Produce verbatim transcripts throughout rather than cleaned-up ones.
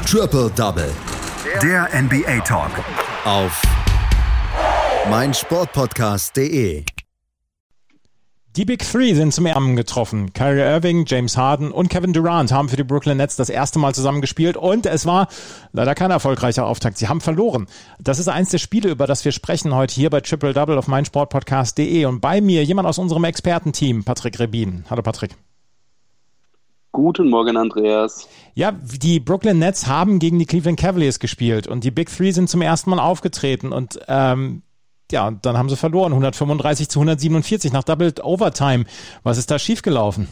Triple Double. Der N B A Talk. Auf meinsportpodcast punkt de. Die Big Three sind zum Erben getroffen. Kyrie Irving, James Harden und Kevin Durant haben für die Brooklyn Nets das erste Mal zusammen gespielt und es war leider kein erfolgreicher Auftakt. Sie haben verloren. Das ist eins der Spiele, über das wir sprechen heute hier bei Triple Double auf meinsportpodcast punkt de und bei mir jemand aus unserem Expertenteam, Patrick Rebin. Hallo Patrick. Guten Morgen, Andreas. Ja, die Brooklyn Nets haben gegen die Cleveland Cavaliers gespielt und die Big Three sind zum ersten Mal aufgetreten und ähm, ja, dann haben sie verloren, hundertfünfunddreißig zu hundertsiebenundvierzig nach Double Overtime. Was ist da schiefgelaufen?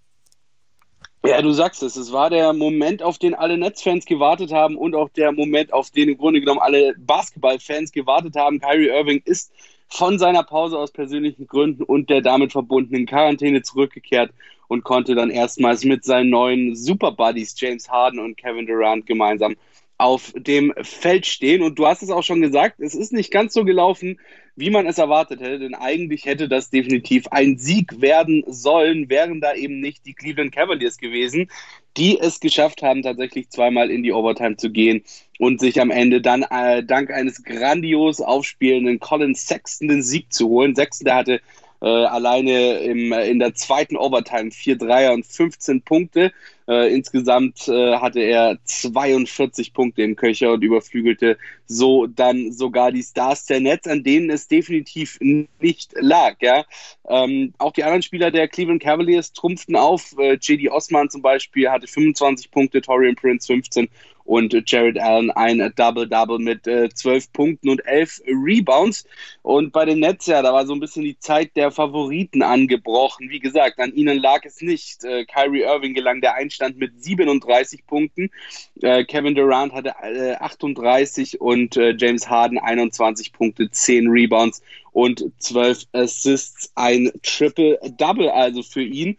Ja, du sagst es, es war der Moment, auf den alle Nets-Fans gewartet haben und auch der Moment, auf den im Grunde genommen alle Basketball-Fans gewartet haben. Kyrie Irving ist von seiner Pause aus persönlichen Gründen und der damit verbundenen Quarantäne zurückgekehrt und konnte dann erstmals mit seinen neuen Super-Buddies James Harden und Kevin Durant gemeinsam auf dem Feld stehen. Und du hast es auch schon gesagt, es ist nicht ganz so gelaufen, wie man es erwartet hätte, denn eigentlich hätte das definitiv ein Sieg werden sollen, wären da eben nicht die Cleveland Cavaliers gewesen, die es geschafft haben, tatsächlich zweimal in die Overtime zu gehen und sich am Ende dann äh, dank eines grandios aufspielenden Colin Sexton den Sieg zu holen. Sexton, der hatte Äh, alleine im, in der zweiten Overtime vier Dreier und fünfzehn Punkte. Äh, insgesamt äh, hatte er zweiundvierzig Punkte im Köcher und überflügelte so dann sogar die Stars der Nets, an denen es definitiv nicht lag. Ja? Ähm, auch die anderen Spieler der Cleveland Cavaliers trumpften auf. Äh, J D Osman zum Beispiel hatte fünfundzwanzig Punkte, Taurean Prince fünfzehn und Jared Allen ein Double-Double mit äh, zwölf Punkten und elf Rebounds. Und bei den Nets, ja, da war so ein bisschen die Zeit der Favoriten angebrochen. Wie gesagt, an ihnen lag es nicht. Äh, Kyrie Irving gelang der Einstand mit siebenunddreißig Punkten. Äh, Kevin Durant hatte äh, achtunddreißig und äh, James Harden einundzwanzig Punkte, zehn Rebounds und zwölf Assists. Ein Triple-Double also für ihn.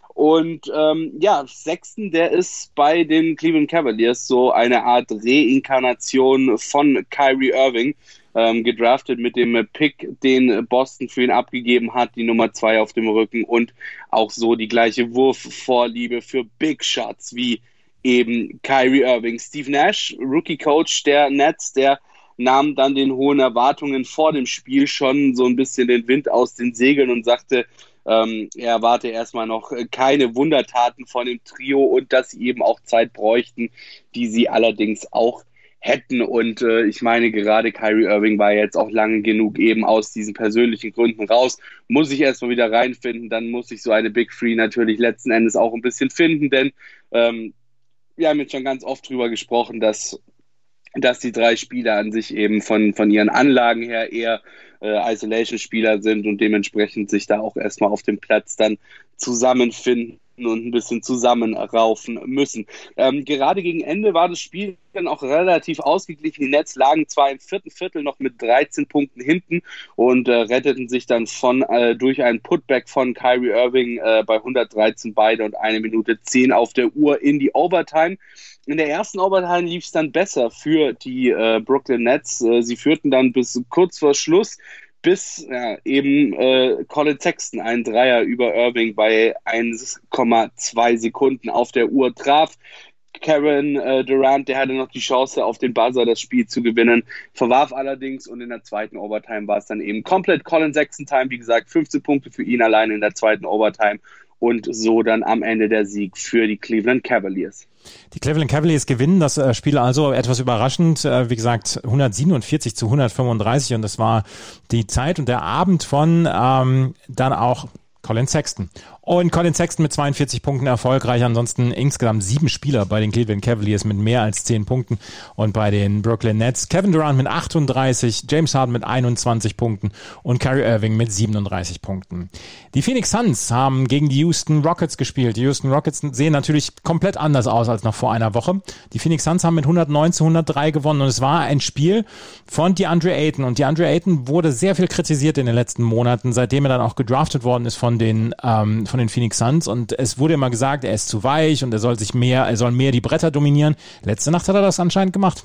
Und ähm, ja, Sexton, der ist bei den Cleveland Cavaliers so eine Art Reinkarnation von Kyrie Irving, ähm, gedraftet mit dem Pick, den Boston für ihn abgegeben hat, die Nummer zwei auf dem Rücken und auch so die gleiche Wurfvorliebe für Big Shots wie eben Kyrie Irving. Steve Nash, Rookie-Coach der Nets, der nahm dann den hohen Erwartungen vor dem Spiel schon so ein bisschen den Wind aus den Segeln und sagte, Ähm, er erwarte erstmal noch keine Wundertaten von dem Trio und dass sie eben auch Zeit bräuchten, die sie allerdings auch hätten. Und äh, ich meine, gerade Kyrie Irving war jetzt auch lange genug eben aus diesen persönlichen Gründen raus. Muss ich erstmal wieder reinfinden, dann muss ich so eine Big Three natürlich letzten Endes auch ein bisschen finden, denn ähm, wir haben jetzt schon ganz oft drüber gesprochen, dass dass die drei Spieler an sich eben von, von ihren Anlagen her eher äh, Isolation-Spieler sind und dementsprechend sich da auch erstmal auf dem Platz dann zusammenfinden und ein bisschen zusammenraufen müssen. Ähm, gerade gegen Ende war das Spiel dann auch relativ ausgeglichen. Die Nets lagen zwar im vierten Viertel noch mit dreizehn Punkten hinten und äh, retteten sich dann von äh, durch einen Putback von Kyrie Irving äh, bei hundertdreizehn beide und eine Minute zehn auf der Uhr in die Overtime. In der ersten Overtime lief es dann besser für die äh, Brooklyn Nets. Äh, sie führten dann bis kurz vor Schluss, bis ja, eben äh, Colin Sexton einen Dreier über Irving bei eins Komma zwei Sekunden auf der Uhr traf. Kevin äh, Durant, der hatte noch die Chance, auf den Buzzer das Spiel zu gewinnen, verwarf allerdings und in der zweiten Overtime war es dann eben komplett Colin Sexton-Time. Wie gesagt, fünfzehn Punkte für ihn allein in der zweiten Overtime und so dann am Ende der Sieg für die Cleveland Cavaliers. Die Cleveland Cavaliers gewinnen das äh, Spiel also etwas überraschend, äh, wie gesagt hundertsiebenundvierzig zu hundertfünfunddreißig und das war die Zeit und der Abend von ähm, dann auch Colin Sexton. Und Colin Sexton mit zweiundvierzig Punkten erfolgreich, ansonsten insgesamt sieben Spieler bei den Cleveland Cavaliers mit mehr als zehn Punkten und bei den Brooklyn Nets Kevin Durant mit achtunddreißig, James Harden mit einundzwanzig Punkten und Kyrie Irving mit siebenunddreißig Punkten. Die Phoenix Suns haben gegen die Houston Rockets gespielt. Die Houston Rockets sehen natürlich komplett anders aus als noch vor einer Woche. Die Phoenix Suns haben mit hundertneun zu hundertdrei gewonnen und es war ein Spiel von DeAndre Ayton und DeAndre Ayton wurde sehr viel kritisiert in den letzten Monaten, seitdem er dann auch gedraftet worden ist von den ähm, von den Phoenix Suns und es wurde immer gesagt, er ist zu weich und er soll sich mehr, er soll mehr die Bretter dominieren. Letzte Nacht hat er das anscheinend gemacht.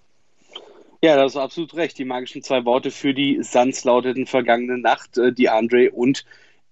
Ja, das ist absolut recht. Die magischen zwei Worte für die Suns lauteten vergangene Nacht, äh, DeAndre und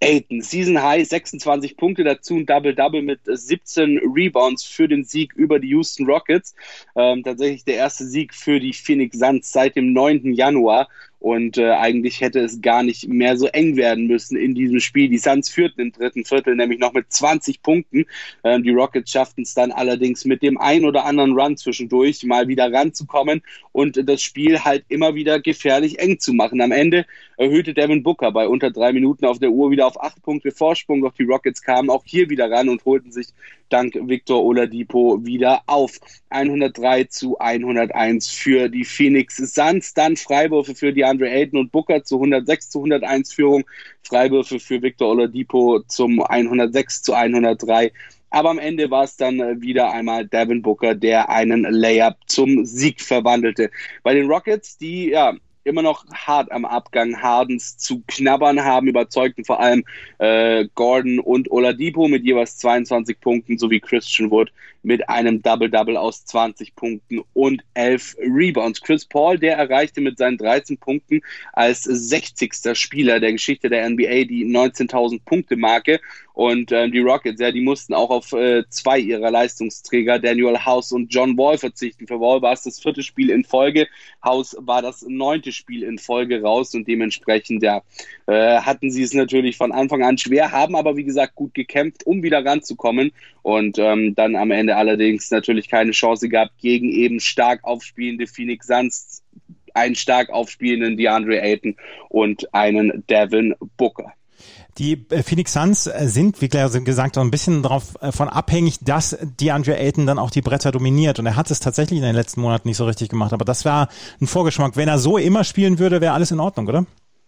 Ayton, Season High, sechsundzwanzig Punkte, dazu ein Double-Double mit siebzehn Rebounds für den Sieg über die Houston Rockets. Ähm, tatsächlich der erste Sieg für die Phoenix Suns seit dem neunten Januar. Und äh, eigentlich hätte es gar nicht mehr so eng werden müssen in diesem Spiel. Die Suns führten im dritten Viertel nämlich noch mit zwanzig Punkten. Ähm, die Rockets schafften es dann allerdings mit dem ein oder anderen Run zwischendurch mal wieder ranzukommen und das Spiel halt immer wieder gefährlich eng zu machen. Am Ende erhöhte Devin Booker bei unter drei Minuten auf der Uhr wieder auf acht Punkte Vorsprung. Doch die Rockets kamen auch hier wieder ran und holten sich dank Victor Oladipo wieder auf. hundertdrei zu hunderteins für die Phoenix Suns. Dann Freiwürfe für die Andre Ayton und Booker zu hundertsechs zu hunderteins Führung. Freiwürfe für Victor Oladipo zum hundertsechs zu hundertdrei. Aber am Ende war es dann wieder einmal Devin Booker, der einen Layup zum Sieg verwandelte. Bei den Rockets, die ja immer noch hart am Abgang Hardens zu knabbern haben, überzeugten vor allem äh, Gordon und Oladipo mit jeweils zweiundzwanzig Punkten sowie Christian Wood mit einem Double-Double aus zwanzig Punkten und elf Rebounds. Chris Paul, der erreichte mit seinen dreizehn Punkten als sechzigster Spieler der Geschichte der N B A die neunzehntausend Punkte Marke. Und äh, die Rockets, ja, die mussten auch auf äh, zwei ihrer Leistungsträger, Daniel House und John Wall, verzichten. Für Wall war es das vierte Spiel in Folge, House war das neunte Spiel in Folge raus und dementsprechend, ja, äh, hatten sie es natürlich von Anfang an schwer, haben aber, wie gesagt, gut gekämpft, um wieder ranzukommen und ähm, dann am Ende allerdings natürlich keine Chance gehabt gegen eben stark aufspielende Phoenix Suns, einen stark aufspielenden DeAndre Ayton und einen Devin Booker. Die Phoenix Suns sind, wie gesagt, so ein bisschen davon abhängig, dass DeAndre Ayton dann auch die Bretter dominiert. Und er hat es tatsächlich in den letzten Monaten nicht so richtig gemacht. Aber das war ein Vorgeschmack. Wenn er so immer spielen würde, wäre alles in Ordnung, oder?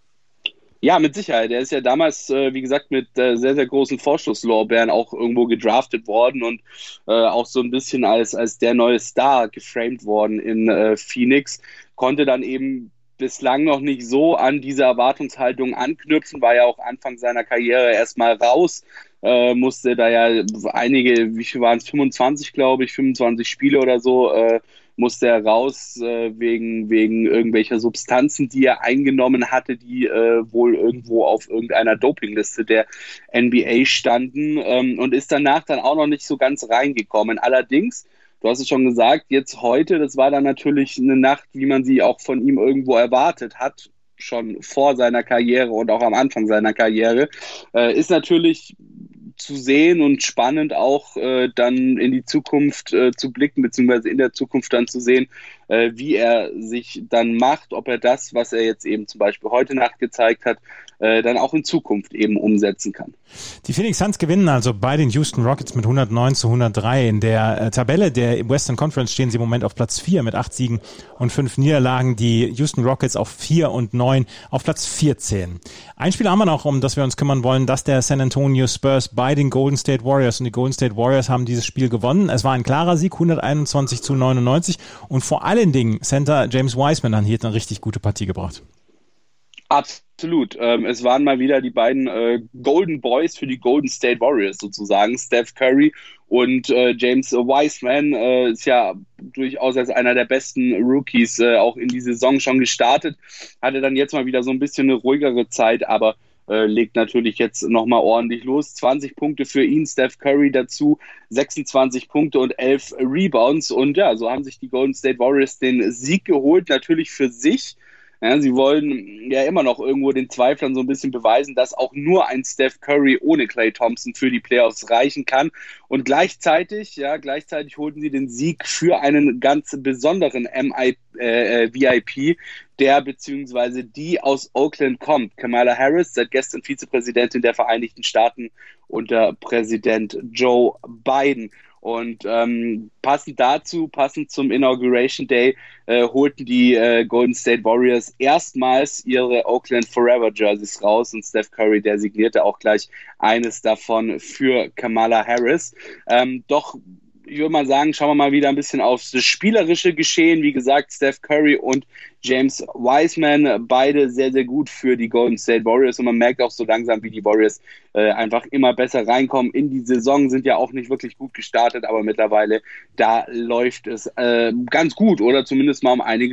Ja, mit Sicherheit. Er ist ja damals, äh, wie gesagt, mit äh, sehr, sehr großen Vorschusslorbeeren auch irgendwo gedraftet worden und äh, auch so ein bisschen als, als der neue Star geframed worden in äh, Phoenix. Konnte dann eben bislang noch nicht so an diese Erwartungshaltung anknüpfen, war ja auch Anfang seiner Karriere erstmal raus, äh, musste da ja einige, wie viel waren es, fünfundzwanzig, glaube ich, fünfundzwanzig Spiele oder so, äh, musste er raus äh, wegen, wegen irgendwelcher Substanzen, die er eingenommen hatte, die äh, wohl irgendwo auf irgendeiner Dopingliste der N B A standen ähm, und ist danach dann auch noch nicht so ganz reingekommen. Allerdings, du hast es schon gesagt, jetzt heute, das war dann natürlich eine Nacht, wie man sie auch von ihm irgendwo erwartet hat, schon vor seiner Karriere und auch am Anfang seiner Karriere, äh, ist natürlich zu sehen und spannend auch äh, dann in die Zukunft äh, zu blicken, beziehungsweise in der Zukunft dann zu sehen, äh, wie er sich dann macht, ob er das, was er jetzt eben zum Beispiel heute Nacht gezeigt hat, äh, dann auch in Zukunft eben umsetzen kann. Die Phoenix Suns gewinnen also bei den Houston Rockets mit hundertneun zu hundertdrei. In der äh, Tabelle der Western Conference stehen sie im Moment auf Platz vier mit acht Siegen und fünf Niederlagen. Die Houston Rockets auf vier und neun auf Platz vierzehn. Ein Spiel haben wir noch, um das wir uns kümmern wollen, das der San Antonio Spurs bei den Golden State Warriors. Und die Golden State Warriors haben dieses Spiel gewonnen. Es war ein klarer Sieg, hunderteinundzwanzig zu neunundneunzig. Und vor allen Dingen Center James Wiseman hat hier eine richtig gute Partie gebracht. Absolut. Ähm, es waren mal wieder die beiden äh, Golden Boys für die Golden State Warriors sozusagen. Steph Curry und äh, James Wiseman äh, ist ja durchaus als einer der besten Rookies äh, auch in die Saison schon gestartet. Hatte dann jetzt mal wieder so ein bisschen eine ruhigere Zeit, aber äh, legt natürlich jetzt nochmal ordentlich los. zwanzig Punkte für ihn, Steph Curry dazu, sechsundzwanzig Punkte und elf Rebounds. Und ja, so haben sich die Golden State Warriors den Sieg geholt, natürlich für sich. Ja, sie wollen ja immer noch irgendwo den Zweiflern so ein bisschen beweisen, dass auch nur ein Steph Curry ohne Klay Thompson für die Playoffs reichen kann. Und gleichzeitig, ja, gleichzeitig holten sie den Sieg für einen ganz besonderen M I, äh, V I P, der beziehungsweise die aus Oakland kommt. Kamala Harris, seit gestern Vizepräsidentin der Vereinigten Staaten unter Präsident Joe Biden. Und ähm, passend dazu, passend zum Inauguration Day, äh, holten die äh, Golden State Warriors erstmals ihre Oakland Forever Jerseys raus und Steph Curry, der signierte auch gleich eines davon für Kamala Harris. Ähm, doch ich würde mal sagen, schauen wir mal wieder ein bisschen aufs spielerische Geschehen. Wie gesagt, Steph Curry und James Wiseman, beide sehr, sehr gut für die Golden State Warriors. Und man merkt auch so langsam, wie die Warriors äh, einfach immer besser reinkommen in die Saison. Sind ja auch nicht wirklich gut gestartet, aber mittlerweile, da läuft es äh, ganz gut oder zumindest mal um einiges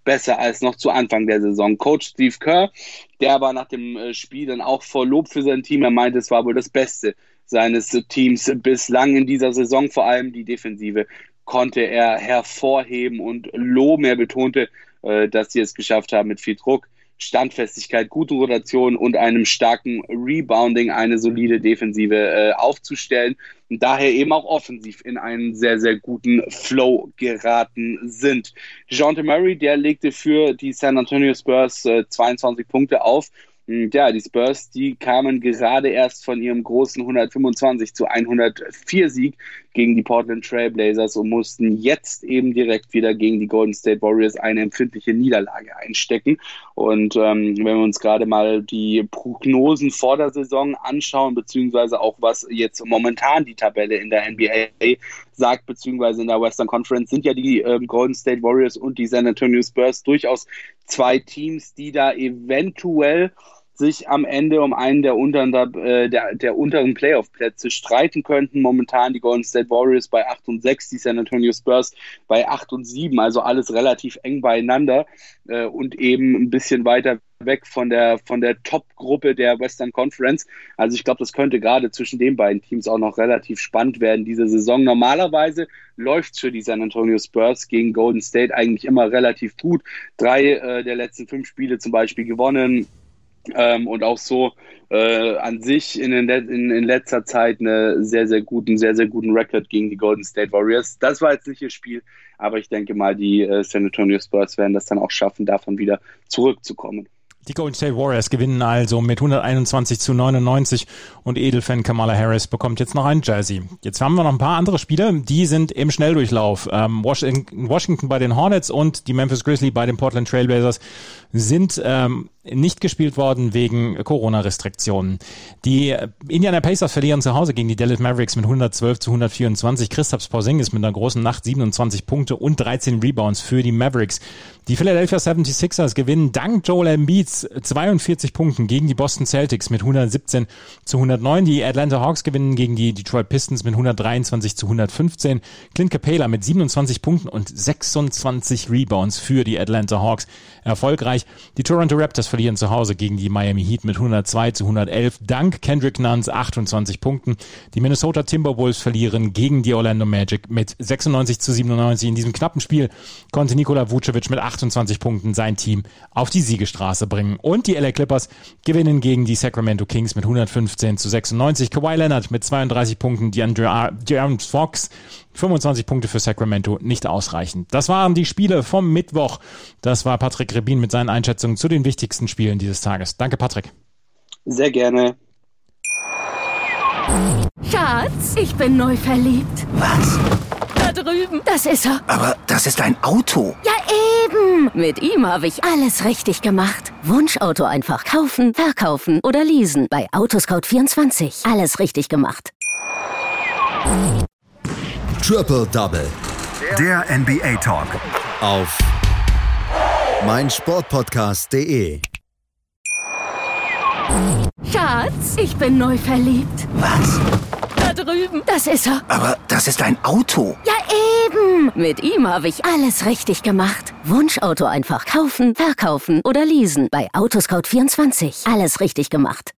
besser als noch zu Anfang der Saison. Coach Steve Kerr, der aber nach dem Spiel dann auch voll Lob für sein Team, er meinte, es war wohl das Beste seines Teams bislang in dieser Saison, vor allem die Defensive konnte er hervorheben und loben. Er betonte, dass sie es geschafft haben, mit viel Druck, Standfestigkeit, guten Rotation und einem starken Rebounding eine solide Defensive äh, aufzustellen und daher eben auch offensiv in einen sehr, sehr guten Flow geraten sind. DeJounte Murray, der legte für die San Antonio Spurs äh, zweiundzwanzig Punkte auf. Ja, die Spurs, die kamen gerade erst von ihrem großen hundertfünfundzwanzig zu hundertvier Sieg gegen die Portland Trail Blazers und mussten jetzt eben direkt wieder gegen die Golden State Warriors eine empfindliche Niederlage einstecken. Und ähm, wenn wir uns gerade mal die Prognosen vor der Saison anschauen, beziehungsweise auch was jetzt momentan die Tabelle in der N B A sagt, beziehungsweise in der Western Conference, sind ja die ähm, Golden State Warriors und die San Antonio Spurs durchaus zwei Teams, die da eventuell sich am Ende um einen der unteren, äh, der, der unteren Playoff-Plätze streiten könnten. Momentan die Golden State Warriors bei acht und sechs, die San Antonio Spurs bei acht und sieben, also alles relativ eng beieinander äh, und eben ein bisschen weiter weg von der, von der Top-Gruppe der Western Conference. Also ich glaube, das könnte gerade zwischen den beiden Teams auch noch relativ spannend werden diese Saison. Normalerweise läuft es für die San Antonio Spurs gegen Golden State eigentlich immer relativ gut. Drei äh, der letzten fünf Spiele zum Beispiel gewonnen. Ähm, und auch so äh, an sich in, den Let- in, in letzter Zeit einen sehr, sehr guten, sehr, sehr guten Rekord gegen die Golden State Warriors. Das war jetzt nicht ihr Spiel, aber ich denke mal, die äh, San Antonio Spurs werden das dann auch schaffen, davon wieder zurückzukommen. Die Golden State Warriors gewinnen also mit hunderteinundzwanzig zu neunundneunzig und Edelfan Kamala Harris bekommt jetzt noch ein Jersey. Jetzt haben wir noch ein paar andere Spiele, die sind im Schnelldurchlauf. Ähm, Washington, Washington bei den Hornets und die Memphis Grizzlies bei den Portland Trail Blazers sind ähm, nicht gespielt worden wegen Corona-Restriktionen. Die Indiana Pacers verlieren zu Hause gegen die Dallas Mavericks mit hundertzwölf zu hundertvierundzwanzig. Kristaps Porzingis mit einer großen Nacht, siebenundzwanzig Punkte und dreizehn Rebounds für die Mavericks. Die Philadelphia seventy-sixers gewinnen dank Joel Embiids zweiundvierzig Punkten gegen die Boston Celtics mit hundertsiebzehn zu hundertneun. Die Atlanta Hawks gewinnen gegen die Detroit Pistons mit hundertdreiundzwanzig zu hundertfünfzehn. Clint Capela mit siebenundzwanzig Punkten und sechsundzwanzig Rebounds für die Atlanta Hawks erfolgreich. Die Toronto Raptors verlieren zu Hause gegen die Miami Heat mit hundertzwei zu hundertelf. Dank Kendrick Nunns achtundzwanzig Punkten. Die Minnesota Timberwolves verlieren gegen die Orlando Magic mit sechsundneunzig zu siebenundneunzig. In diesem knappen Spiel konnte Nikola Vucevic mit achtundzwanzig Punkten sein Team auf die Siegesstraße bringen. Und die L A Clippers gewinnen gegen die Sacramento Kings mit hundertfünfzehn zu sechsundneunzig. Kawhi Leonard mit zweiunddreißig Punkten. De'Aaron Fox fünfundzwanzig Punkte für Sacramento, nicht ausreichend. Das waren die Spiele vom Mittwoch. Das war Patrick Rebin mit seinen Einschätzungen zu den wichtigsten Spielen dieses Tages. Danke, Patrick. Sehr gerne. Schatz, ich bin neu verliebt. Was? Da drüben. Das ist er. Aber das ist ein Auto. Ja, eben. Mit ihm habe ich alles richtig gemacht. Wunschauto einfach kaufen, verkaufen oder leasen. Bei Autoscout vierundzwanzig. Alles richtig gemacht. Triple Double. Der N B A Talk. Auf meinsportpodcast punkt de. Schatz, ich bin neu verliebt. Was? Da drüben. Das ist er. Aber das ist ein Auto. Ja, eben. Mit ihm habe ich alles richtig gemacht. Wunschauto einfach kaufen, verkaufen oder leasen. Bei Autoscout vierundzwanzig. Alles richtig gemacht.